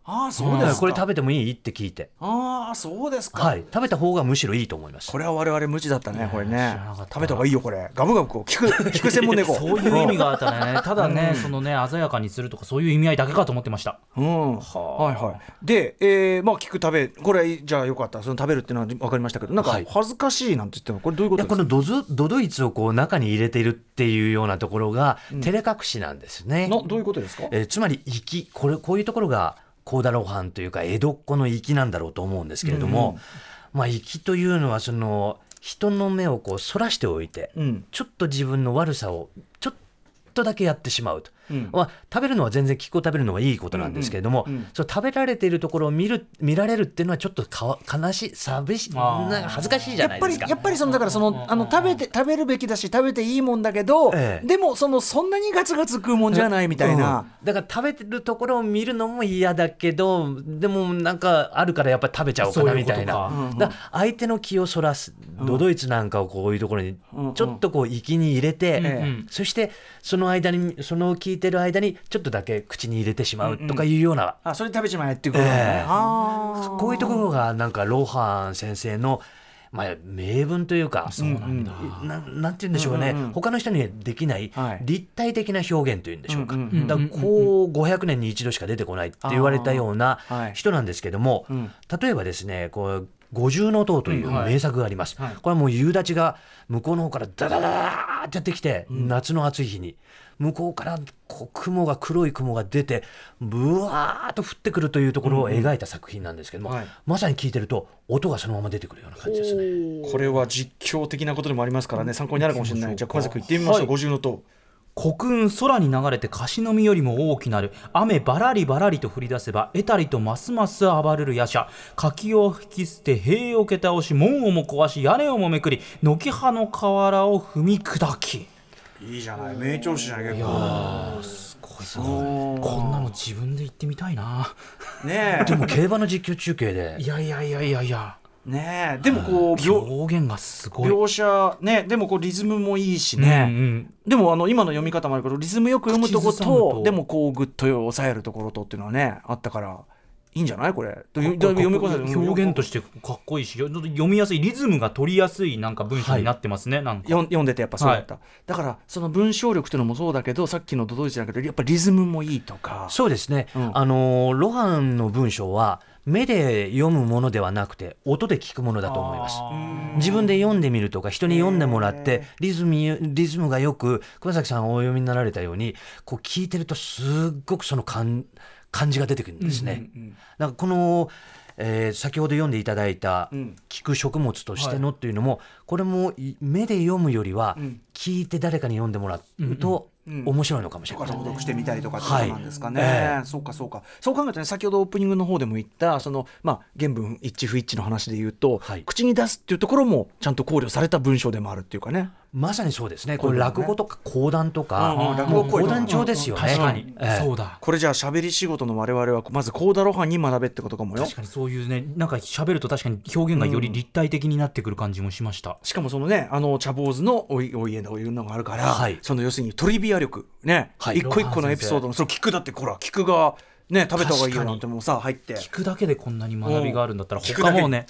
ああそうですか。 これ食べてもいいって聞いて、 ああそうですか。 はい、食べた方がむしろいいと思います。 これは我々無知だったね。これね食べた方がいいよ。これガブガブこう聞く専門猫そういう意味があったね。ただね、そのね鮮やかにするとかそういう意味合いだけかと思ってました。 はいはい。で、まあ聞く食べ、これじゃあよかった。その食べるっていうのは分かりましたけど、なんか恥ずかしいなんて言ってもこれどういうことですか。 このドドイツをこう中に入れているっていうようなところが照れ隠しなんですね。 どういうことですか。 つまり粋、こういうところがコーダロハンというか江戸っ子の粋なんだろうと思うんですけれども、まあ粋というのはその人の目をこうそらしておいて、ちょっと自分の悪さをちょっとだけやってしまうと、食べるのは全然菊を食べるのはいいことなんですけれども、そう食べられているところを見られるっていうのはちょっと悲しい寂しい恥ずかしいじゃないですか。 やっぱりそのだからその食べるべきだし食べていいもんだけど、でもそんなにガツガツ食うもんじゃないみたいな、 だから食べてるところを見るのも嫌だけど、でもなんかあるからやっぱり食べちゃおうかなみたいな。だから相手の気をそらす、ドドイツなんかをこういうところにちょっとこう粋に入れて、そしてその間にその聞いてる間にちょっとだけ口に入れてしまうとかいうような、 それ食べちまえっていうことだね。 こういうところがなんかロハン先生の名文というか、なんて言うんでしょうね、他の人にはできない立体的な表現というんでしょうか。だからこう500年に一度しか出てこないって言われたような人なんですけども、例えばですね、こう五重塔という名作があります。これはもう夕立が向こうの方からダダダダーってやってきて、夏の暑い日に向こうからこう黒い雲が出てブワーッと降ってくるというところを描いた作品なんですけども、まさに聞いてると音がそのまま出てくるような感じですね。 これは実況的なことでもありますからね、参考になるかもしれない。じゃあ熊崎君行ってみましょう。五重塔。 黒雲空に流れてカシの実よりも大きなる。雨バラリバラリと降り出せば得たりとますます暴れる夜叉。柿を引き捨て塀を蹴倒し門をも壊し屋根をもめくり軒葉の瓦を踏み砕き。 いいじゃない、名調子じゃない。結構いやすごいこんなの自分で言ってみたいな。 ねでも競馬の実況中継でいやねでもこう表現がすごい描写ね、でもこうリズムもいいしね、でも今の読み方もあるけどリズムよく読むとことでもこうグッと抑えるところとっていうのはねあったからいいんじゃないこれ。 表現としてかっこいいし読みやすい、リズムが取りやすいなんか文章になってますね。なんか読んでてやっぱそうだった、だからその文章力っていうのもそうだけど、さっきのドドイツじゃなくてやっぱリズムもいいとか。 そうですね、ロハンの文章は目で読むものではなくて音で聞くものだと思います。自分で読んでみるとか人に読んでもらってリズムがよく熊崎さんお読みになられたようにこう聞いてるとすっごくその感じが出てくるんですね。なんかこの、先ほど読んでいただいた聞く食物としてのっていうのも、これも目で読むよりは聞いて誰かに読んでもらうと面白いのかもしれない。 朗読してみたりとかってことなんですかね。そうかそう考えてね、先ほどオープニングの方でも言ったその原文一致不一致の話で言うと、口に出すっていうところもちゃんと考慮された文章でもあるっていうかね。 まさにそうですね。これ落語とか講談とか講談調ですよね。 確かに、そうだ。 これじゃあ喋り仕事の我々はまずコーダロハンに学べってことかもよ。 確かにそういうね、なんか喋ると確かに表現がより立体的になってくる感じもしました。 しかもそのね茶坊主のお家のいうのがあるから、その要するにトリビア力ね、一個一個のエピソードのそれ聞くだってほら聞くがね食べた方がいいよなんてもうさ入って聞くだけでこんなに学びがあるんだったら他もね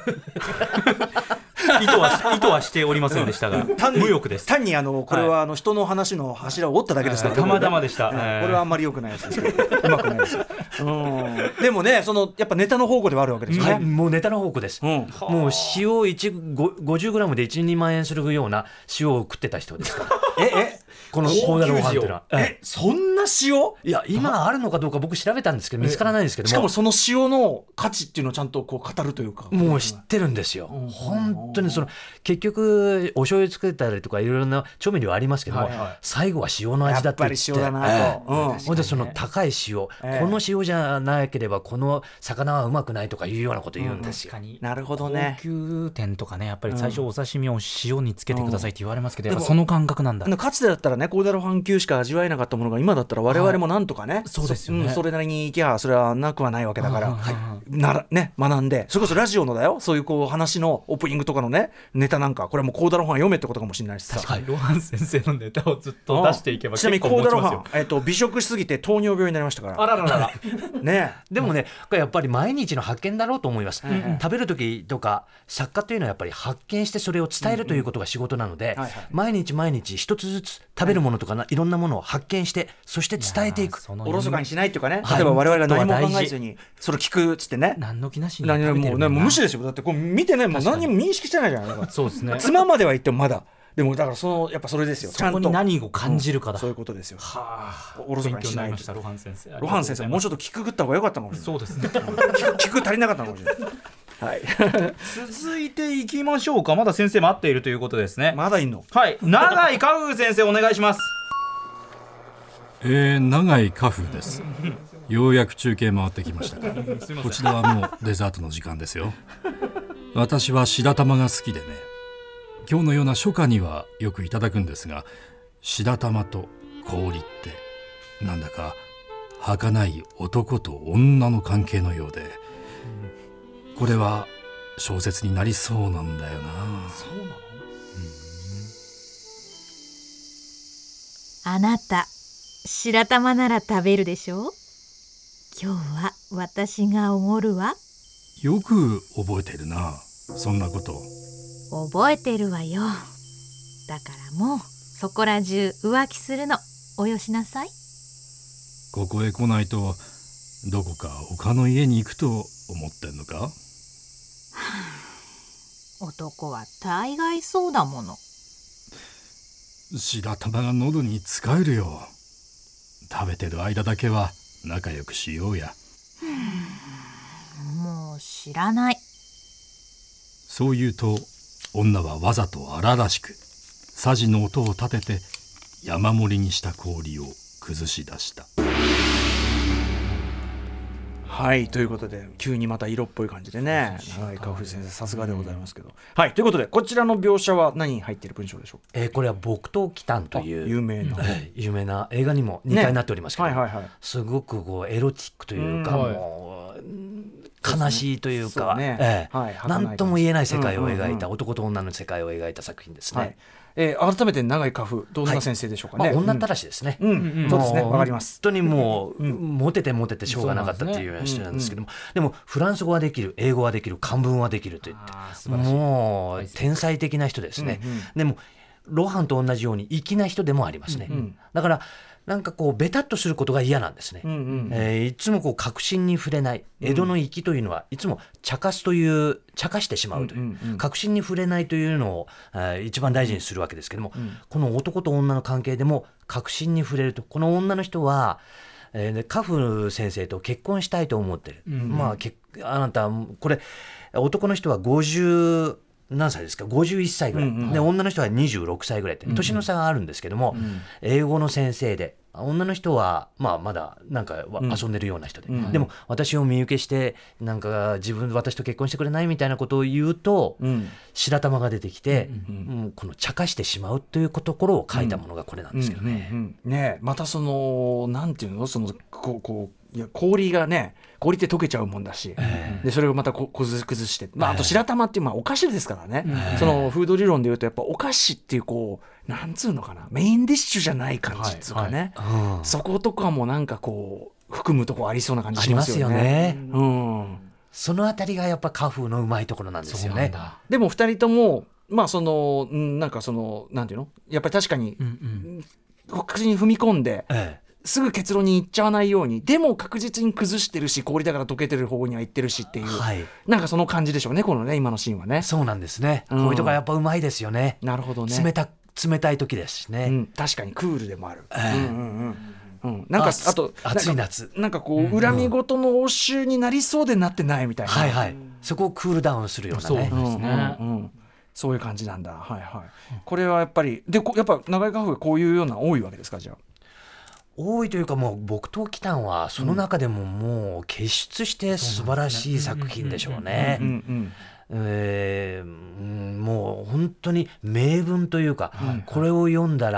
意図はしておりませんでしたが、無欲です。 単にこれは人の話の柱を折っただけですから、 たまたまでした。これはあんまり良くないやつですけどうまくないですよ。でもねやっぱネタの宝庫ではあるわけですよね。 もうネタの宝庫です。もう塩50g で 1,2 万円するような塩を食ってた人ですからこのコーダロハンっていうのはそんな塩？ いや今あるのかどうか僕調べたんですけど見つからないんですけども、 しかもその塩の価値っていうのをちゃんとこう語るというかもう知ってるんですよ。本当に結局お醤油作ったりとかいろいろな調味料ありますけども、最後は塩の味だって言って、 やっぱり塩だなと、 でその高い塩、この塩じゃなければこの魚はうまくないとかいうようなこと言うんですよ。 なるほどね。 高級店とかねやっぱり最初お刺身を塩につけてくださいって言われますけど、やっぱその感覚なんだ。 かつてだったらねコーダロハン級しか味わえなかったものが今だったらったら我々もなんとかね、 そうですよね、 それなりにいきゃそれはなくはないわけだから、学んで、それこそラジオのだよ、そういうこう話のオープニングとかのねネタなんか、これはもうコーダロハン読めってことかもしれないしさ。 ロハン先生のネタをずっと出していけばちなみにコーダロハン、美食しすぎて糖尿病になりましたから。 あらららねでもね、これやっぱり毎日の発見だろうと思います、食べる時とか作家というのはやっぱり発見してそれを伝えるということが仕事なので、毎日毎日一つずつ食べるものとかいろんなものを発見して、そして伝えていく、 おろそかにしないっていうかね、例えば我々が何も考えずにそれ聞くっつってね、 何の気なしにもう無視ですよ。だってこう見てね、もう何も認識してないじゃない。 そうですね、 妻までは言ってもまだでもだからやっぱそれですよ、 そこに何を感じるかだ、 そういうことですよ。 おろそかにしないと。ロハン先生、 ロハン先生もうちょっと聞くぐった方が良かったかもしれない。 そうですね聞く足りなかったかもしれないはい、 続いていきましょうか。まだ先生待っているということですね。 まだいんの。 はい、永井花風先生お願いします。 永井花風です。ようやく中継回ってきましたがこちらはもうデザートの時間ですよ。私は白玉が好きでね、今日のような初夏にはよくいただくんですが、白玉と氷ってなんだか儚い男と女の関係のようで、これは小説になりそうなんだよな。 そうなの？ あなた白玉なら食べるでしょ。今日は私がおごるわ。 よく覚えてるな、そんなこと。 覚えてるわよ。だからもうそこら中浮気するのおよしなさい。 ここへ来ないとどこか他の家に行くと思ってんのか？ 男は大概そうだもの。 白玉が喉に使えるよ。食べてる間だけは仲良くしようや。 もう知らない。 そう言うと女はわざと荒々しくさじの音を立てて山盛りにした氷を崩し出した。 はい、ということで急にまた色っぽい感じでね、永井花風先生さすがでございますけど、はい、ということでこちらの描写は何に入っている文章でしょうか？ これは木刀奇譚という有名な映画にも2回なっておりますけど、すごくこうエロチックというか、もう悲しいというか、何とも言えない世界を描いた、男と女の世界を描いた作品ですね。 改めて永井花風どんな先生でしょうかね。 女ったらしですね。 そうですね、わかります。 本当にもうモテてしょうがなかったっていうような人なんですけども、でもフランス語はできる、英語はできる、漢文はできるといってもう天才的な人ですね。でもロハンと同じように粋な人でもありますね。だからなんかこうベタっとすることが嫌なんですね。いつもこう確信に触れない、江戸の粋というのはいつも茶化してしまうという、確信に触れないというのを一番大事にするわけですけども、この男と女の関係でも確信に触れると、この女の人は花風先生と結婚したいと思ってる。あなたこれ男の人は50何歳ですか、51歳ぐらい、で女の人は26歳ぐらいって年の差があるんですけども、英語の先生で女の人はまだなんか遊んでるような人で、でも私を見受けしてなんか私と結婚してくれないみたいなことを言うと、白玉が出てきて、この茶化してしまうというところを書いたものがこれなんですけどね。 またそのなんていうの、そのいや氷って溶けちゃうもんだし、でそれをまた崩して、あと白玉っていうお菓子ですからね、そのフード理論でいうとやっぱお菓子っていうなんつうのかな、メインディッシュじゃない感じっていうかね、そことかもなんか含むとこありそうな感じしますよね。 そのあたりがやっぱ花風のうまいところなんですよね。 でも2人ともなんかなんていうの、やっぱり確かに確実に踏み込んで、すぐ結論に行っちゃわないように、でも確実に崩してるし、氷だから溶けてる方には行ってるしっていう、なんかその感じでしょうね、このね今のシーンはね。 そうなんですね、こういうとこやっぱうまいですよね。 なるほどね。 冷たい時ですしね、 確かにクールでもある。なんかあと暑い夏なんか恨み事の応酬になりそうでなってないみたいな、 そこをクールダウンするようなね、 そういう感じなんだ。これはやっぱりでやっぱ長井花風がこういうような多いわけですか？じゃあ多いというか、もう木刀奇譚はその中でももう傑出して素晴らしい作品でしょうね。もう本当に名文というか、これを読んだら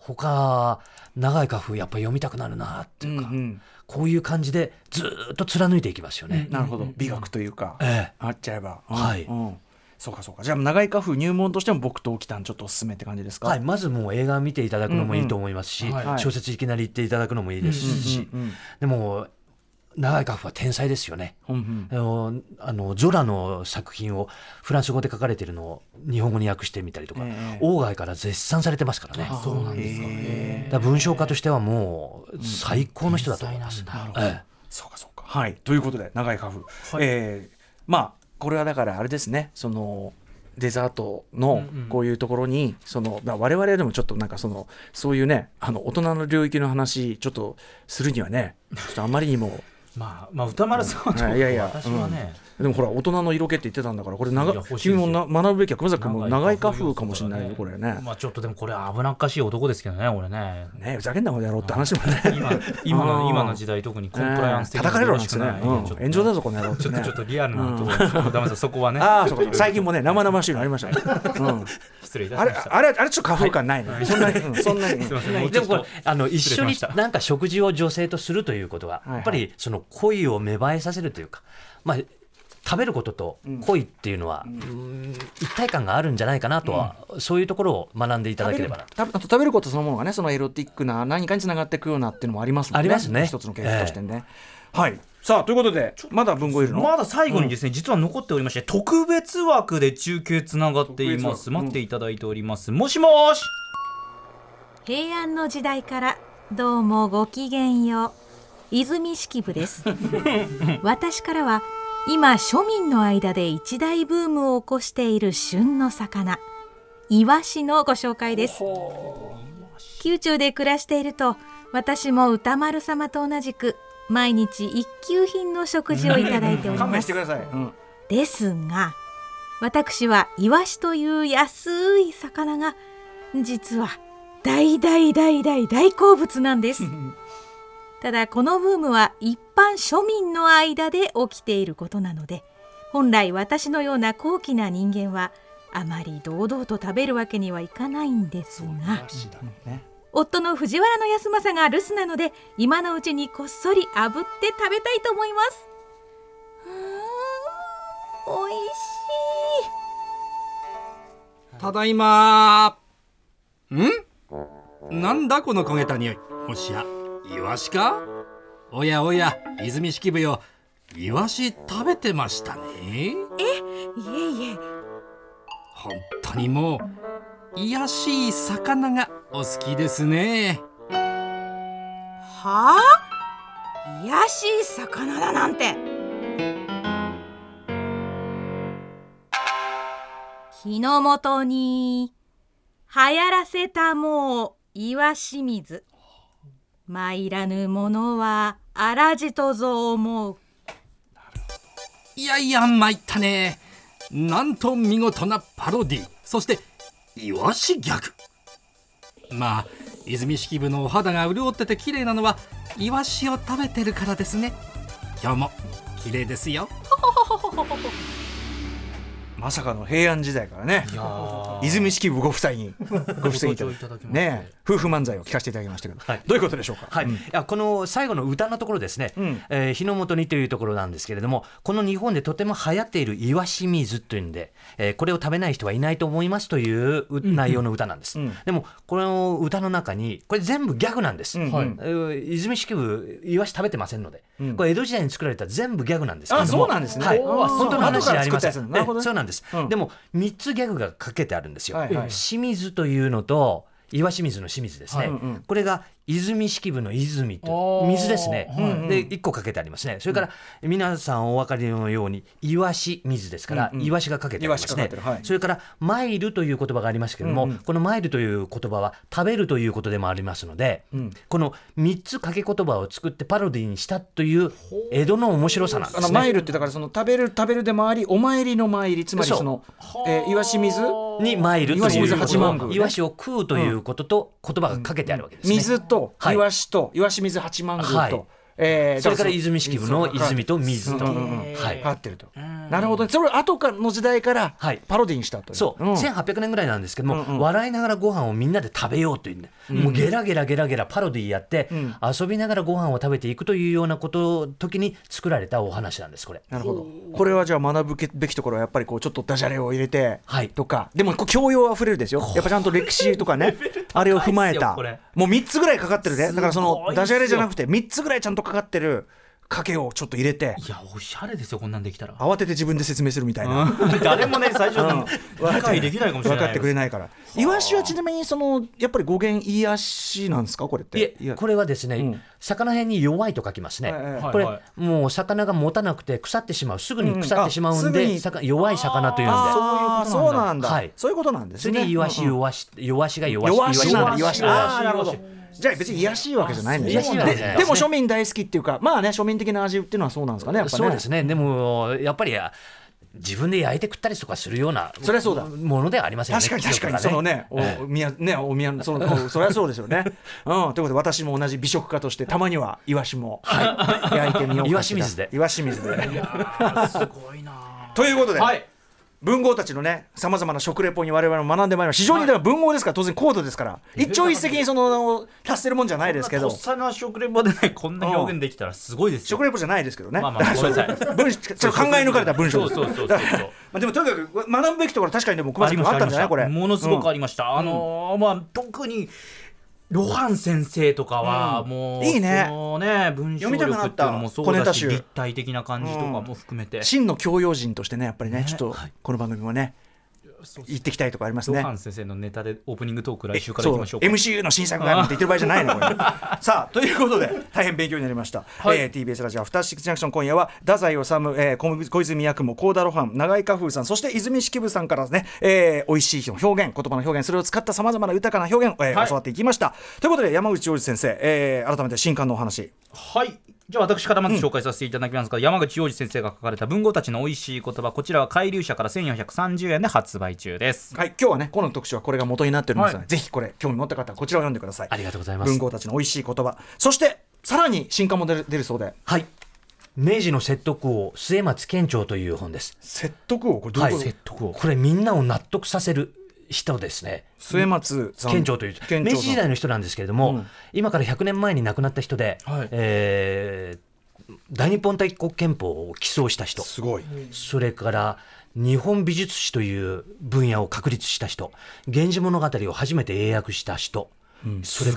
他長い花風やっぱ読みたくなるなっていうか、こういう感じでずっと貫いていきますよね。 なるほど、美学というか、あっちゃえば、 はい、 そうかそうか。じゃあ長井花風入門としても僕と沖田ちょっとおすすめって感じですか？ はい、まずもう映画見ていただくのもいいと思いますし、小説いきなり言っていただくのもいいですし、でも長井花風は天才ですよね。ゾラの作品をフランス語で書かれているのを日本語に訳してみたりとか、外から絶賛されてますからね。 そうなんですか。 だから文章家としてはもう最高の人だと思います。 そうかそうか。はい、ということで長井花風、まあこれはだからあれですね、そのデザートのこういうところにその我々でもちょっとなんかそういうね、大人の領域の話ちょっとするにはね、ちょっとあまりにもまあ歌丸さんはちょっと私はね、 でもほら大人の色気って言ってたんだから、これ君も学ぶべきは熊崎君も長井花風かもしれないよこれね。 まあちょっとでもこれ危なっかしい男ですけどね、俺ね。 ふざけんなことやろうって話もね。 今の時代特にコンプライアンス的に叩かれるわけですね。炎上だぞこの野郎。 ちょっとリアルなところダメです、そこはね。 最近もね生々しいのありましたね。 失礼いたしました。 あれちょっと花風感ないね。そんなに。 でもこれ一緒になんか食事を女性とするということはやっぱりその恋を芽生えさせるというか、まあ食べることと恋っていうのは、一体感があるんじゃないかなとは、そういうところを学んでいただければなと。 食べることそのものがね、そのエロティックな何かにつながっていくようなっていうのもありますもんね。 ありますね。 一つのケースとしてね。はい。さあということでまだ文豪いるの？ まだ最後にですね、実は残っておりまして、特別枠で中継つながっています。待っていただいております。もしもし。 平安の時代からどうもごきげんよう、泉式部です。私からは今庶民の間で一大ブームを起こしている旬の魚、イワシのご紹介です。宮中で暮らしていると、私も歌丸様と同じく毎日一級品の食事をいただいております。 勘弁してください。 ですが、私はイワシという安い魚が実は大好物なんです。ただこのブームは一般庶民の間で起きていることなので、本来私のような高貴な人間はあまり堂々と食べるわけにはいかないんですが、夫の藤原康政が留守なので、今のうちにこっそり炙って食べたいと思います。おいしい。 ただいま。なんだこの焦げた匂い。もしやイワシか？おやおや、泉式部よ、イワシ食べてましたね。 いえ本当にもう癒やしい魚がお好きですね。 はあ？癒やしい魚だなんて。日の元に流行らせたもうイワシ水、参らぬものは荒じとぞ思う。 いや参ったね。なんと見事なパロディ、そしてイワシギャグ。まあ泉式部のお肌が潤ってて綺麗なのはイワシを食べてるからですね。今日も綺麗ですよ。 まさかの平安時代からね、泉式部ご夫妻にご出演いただきね、夫婦漫才を聞かせていただきましたけど、どういうことでしょうか。 いやこの最後の歌のところですね、日の元にというところなんですけれども、この日本でとても流行っているイワシ水というんで、これを食べない人はいないと思いますという内容の歌なんです。でもこの歌の中にこれ全部ギャグなんです。泉式部イワシ食べてませんので、これ江戸時代に作られた全部ギャグなんですけども、 そうなんですね。 本当の話じゃありません。そうなんです。 うん、 でも3つギャグがかけてあるんですよ。 はいはい、 清水というのと岩清水の清水ですね、はいこれが泉式部の泉と水ですね、で1個かけてありますね。それから皆さんお分かりのようにイワシ水ですから、イワシがかけてありますね、はい、それからマイルという言葉がありますけれども、このマイルという言葉は食べるということでもありますので、この3つ掛け言葉を作ってパロディにしたという江戸の面白さなんですね。 マイルってだからその食べるでもありお参りの参り、つまりそのイワシ水にマイルという八幡宮、 イワシを食うということと言葉がかけてあるわけですね。 水とイワシとイワシ水八幡宮と、 それから泉式部の泉と水と、 かかってると。なるほどね。それ後の時代からパロディにしたという。 そう、1800年ぐらいなんですけども、笑いながらご飯をみんなで食べようというんで、もうゲラゲラゲラゲラパロディやって、遊びながらご飯を食べていくというようなこと時に作られたお話なんです、これ。 なるほど。これはじゃあ学ぶべきところはやっぱりこうちょっとダジャレを入れてとか、でもこう教養あふれるですよ。やっぱちゃんと歴史とかねあれを踏まえた、もう3つぐらいかかってるね。だからそのダジャレじゃなくて3つぐらいちゃんとかかってる賭けをちょっと入れて、 いやおしゃれですよ、こんなんできたら。 慌てて自分で説明するみたいな、 誰もね最初理解できないかもしれない。 分かってくれないから。イワシはちなみにそのやっぱり語源イヤシなんですか、これって。 いえ、これはですね、魚辺に弱いと書きますね。これもう魚が持たなくて腐ってしまう、すぐに腐ってしまうんで、弱い魚というんで。 そうなんだ、そういうことなんですね。 それでイワシ弱しが弱し、 弱しなんだ、弱し。なるほど。じゃあ別に癒やしいわけじゃないんですね。でも庶民大好きっていうか、まあね、庶民的な味っていうのはそうなんですかね、やっぱね。 そうですね。でもやっぱり自分で焼いて食ったりとかするようなそりゃそうだものではありませんね。 確かにそのね、そりゃそうですよね。ということで私も同じ美食家としてたまにはイワシも焼いてみようか。 イワシ水で。 イワシ水で。 すごいな。 ということで。文豪たちのね、さまざまな食レポに我々も学んでまいりました。非常にでは文豪ですから当然高度ですから、一朝一夕にその達せるもんじゃないですけど、 とっさの食レポでねこんな表現できたらすごいですよ。 食レポじゃないですけどね。 まあごめんなさい。 ちょっと考え抜かれた文章です。そうでもとにかく学ぶべきところ確かにでも小林君あったんじゃないこれ。 ものすごくありました。特に露伴先生とかはもういいね。 文章力っていうのもそうだし、立体的な感じとかも含めて、 真の教養人としてね、やっぱりね、ちょっとこの番組もね言ってきたいとかありますね。 露伴先生のネタでオープニングトーク来週からいきましょうか。 MCU の新作がって言ってる場合じゃないのこれ。さあということで大変勉強になりました。TBS ラジオアフターシックスジャンクション、今夜は太宰治、小泉八雲、幸田露伴、長井花風さん、そして泉式部さんからね、美味しい表現、言葉の表現、それを使ったさまざまな豊かな表現、教わっていきました。ということで山口洋二先生、改めて新刊のお話。 はい、じゃあ私からまず紹介させていただきますが、山口洋二先生が書かれた文豪たちの美味しい言葉、こちらは海流社から1430円で発売中です。 はい、今日はねこの特集はこれが元になっておりますので、ぜひこれ興味持った方はこちらを読んでください。 ありがとうございます。 文豪たちの美味しい言葉、そしてさらに新刊も出るそうで、 はい、明治の説得王末松賢長という本です。 説得王、これどういうこと？ 説得王、これみんなを納得させる人ですね。 末松さん、 賢長という明治時代の人なんですけれども、今から100年前に亡くなった人で、大日本帝国憲法を起草した人、 すごい。 それから日本美術史という分野を確立した人、源氏物語を初めて英訳した人、それ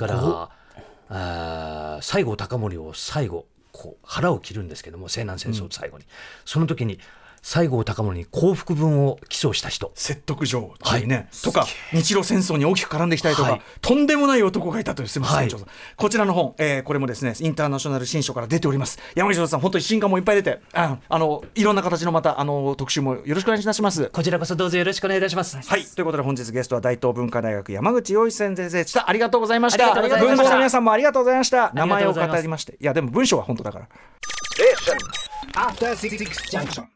から西郷隆盛を最後こう腹を切るんですけども、西南戦争最後に、その時に西郷隆盛に幸福文を起草した人、 説得上というね、とか日露戦争に大きく絡んできたりとか、とんでもない男がいたというすみません、こちらの本、これもですねインターナショナル新書から出ております。山口さん本当に新刊もいっぱい出て、いろんな形のまた特集もよろしくお願いします。 こちらこそどうぞよろしくお願いいたします。 はい、ということで本日ゲストは大東文化大学山口洋一先生でした。ありがとうございました。文豪の皆さんもありがとうございました。名前を語りまして、いやでも文章は本当だから。After 66 junction